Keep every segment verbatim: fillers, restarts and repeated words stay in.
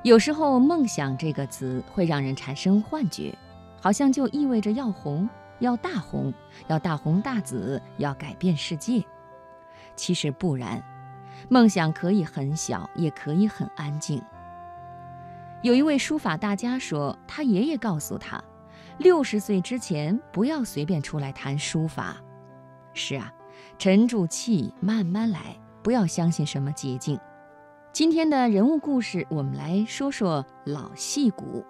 有时候梦想这个词会让人产生幻觉，好像就意味着要红，要大红，要大红大紫，要改变世界。其实不然，梦想可以很小，也可以很安静。有一位书法大家说，他爷爷告诉他，六十岁之前不要随便出来谈书法。是啊，沉住气，慢慢来，不要相信什么捷径。今天的人物故事，我们来说说老戏骨。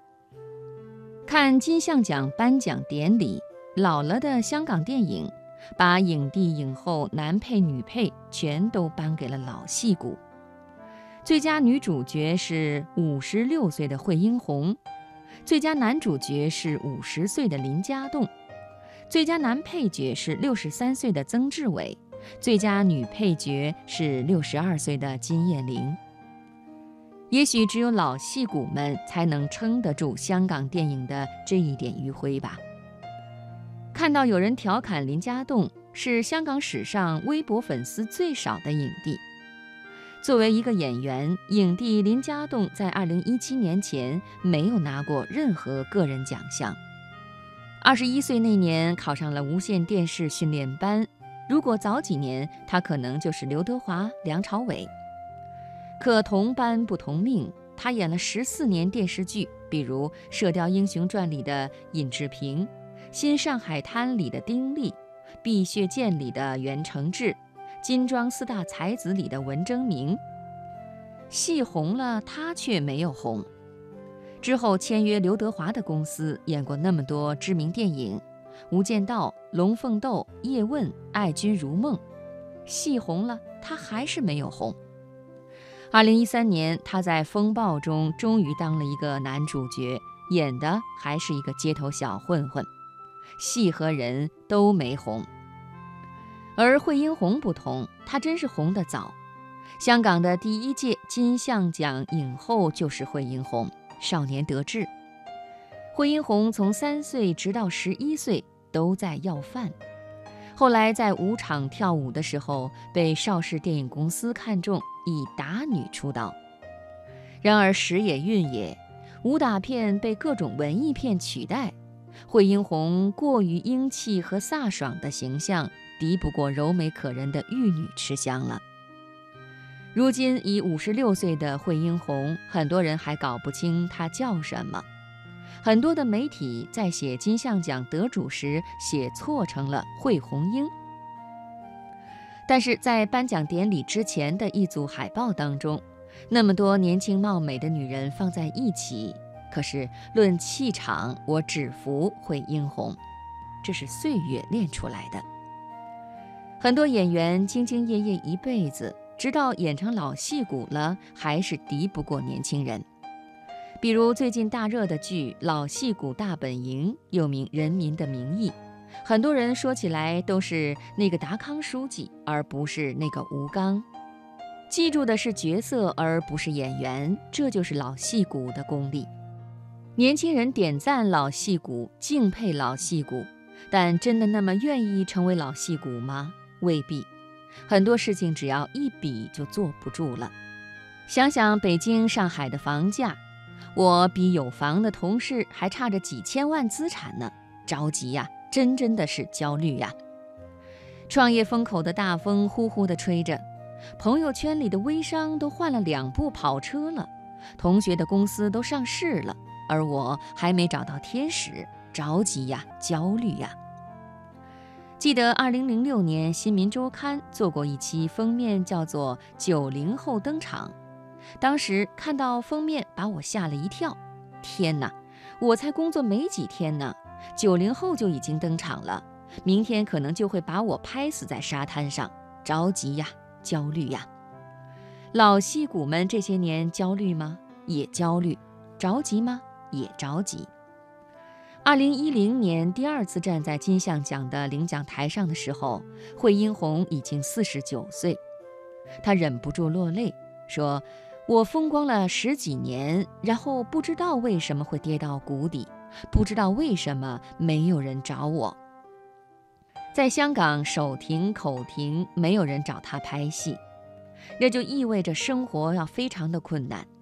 看金像奖颁奖典礼，老了的香港电影把影帝、影后、男配、女配全都颁给了老戏骨。最佳女主角是五十六岁的惠英红，最佳男主角是五十岁的林家栋，最佳男配角是六十三岁的曾志伟，最佳女配角是六十二岁的金燕玲。也许只有老戏骨们才能撑得住香港电影的这一点余晖吧。看到有人调侃林家栋是香港史上微博粉丝最少的影帝。作为一个演员，影帝林家栋在二零一七年前没有拿过任何个人奖项。二十一岁那年考上了无线电视训练班，如果早几年，他可能就是刘德华、梁朝伟。可同班不同命，他演了十四年电视剧，比如《射雕英雄传》里的尹志平，《新上海滩》里的丁力，《碧血剑》里的袁承志，《金装四大才子》里的文征明。戏红了，他却没有红。之后签约刘德华的公司，演过那么多知名电影，《无间道》、《龙凤斗》、《叶问》、《爱君如梦》，戏红了，他还是没有红。二零一三年，他在《风暴》中终于当了一个男主角，演的还是一个街头小混混，戏和人都没红。而惠英红不同，她真是红得早。香港的第一届金像奖影后就是惠英红，少年得志。惠英红从三岁直到十一岁都在要饭，后来在舞场跳舞的时候被邵氏电影公司看中，以打女出道。然而时也运也，武打片被各种文艺片取代，惠英红过于英气和飒爽的形象敌不过柔美可人的玉女吃香了。如今已五十六岁的惠英红，很多人还搞不清她叫什么。很多的媒体在写金像奖得主时写错成了惠红英。但是在颁奖典礼之前的一组海报当中，那么多年轻貌美的女人放在一起，可是论气场，我只服惠英红，这是岁月练出来的。很多演员兢兢业业一辈子，直到演成老戏骨了，还是敌不过年轻人。比如最近大热的剧《老戏骨大本营》，又名《人民的名义》，很多人说起来都是那个达康书记，而不是那个吴刚。记住的是角色，而不是演员，这就是老戏骨的功力。年轻人点赞老戏骨，敬佩老戏骨，但真的那么愿意成为老戏骨吗？未必。很多事情只要一比就坐不住了。想想北京、上海的房价，我比有房的同事还差着几千万资产呢，着急呀，真真的是焦虑呀。创业风口的大风呼呼地吹着，朋友圈里的微商都换了两部跑车了，同学的公司都上市了，而我还没找到天使，着急呀，焦虑呀。记得二零零六年新民周刊做过一期封面，叫做九零后登场。当时看到封面把我吓了一跳，天哪，我才工作没几天呢，九零后就已经登场了，明天可能就会把我拍死在沙滩上，着急呀，焦虑呀。老戏骨们这些年焦虑吗？也焦虑。着急吗？也着急。二零一零年第二次站在金像奖的领奖台上的时候，惠英红已经四十九岁，她忍不住落泪，说：“我风光了十几年，然后不知道为什么会跌到谷底，不知道为什么没有人找我。”在香港手停口停，没有人找她拍戏，这就意味着生活要非常的困难。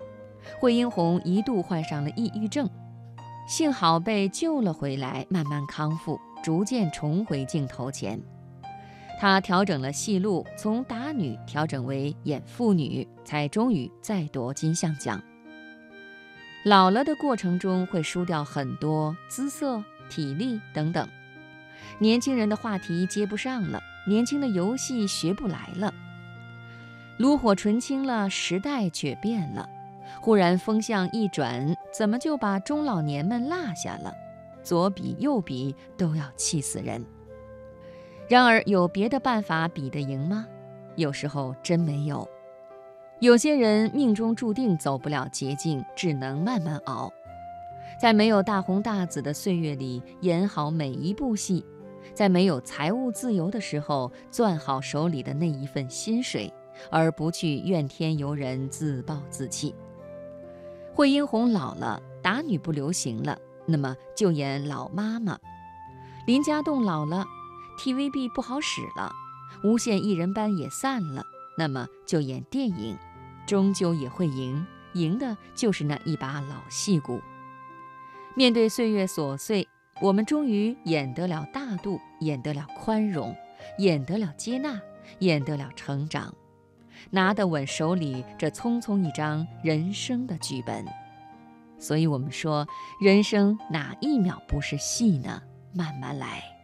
惠英红一度患上了抑郁症，幸好被救了回来，慢慢康复，逐渐重回镜头前。她调整了戏路，从打女调整为演妇女，才终于再夺金像奖。老了的过程中会输掉很多姿色、体力等等，年轻人的话题接不上了，年轻的游戏学不来了。炉火纯青了，时代却变了。忽然风向一转，怎么就把中老年们落下了？左比右比都要气死人。然而有别的办法比得赢吗？有时候真没有。有些人命中注定走不了捷径，只能慢慢熬，在没有大红大紫的岁月里演好每一部戏，在没有财务自由的时候攥好手里的那一份薪水，而不去怨天尤人，自暴自弃。惠英红老了，打女不流行了，那么就演老妈妈。林家栋老了， T V B 不好使了，无线艺人班也散了，那么就演电影，终究也会赢，赢的就是那一把老戏骨。面对岁月琐碎，我们终于演得了大度，演得了宽容，演得了接纳，演得了成长，拿得稳手里这匆匆一张人生的剧本。所以我们说，人生哪一秒不是戏呢？慢慢来。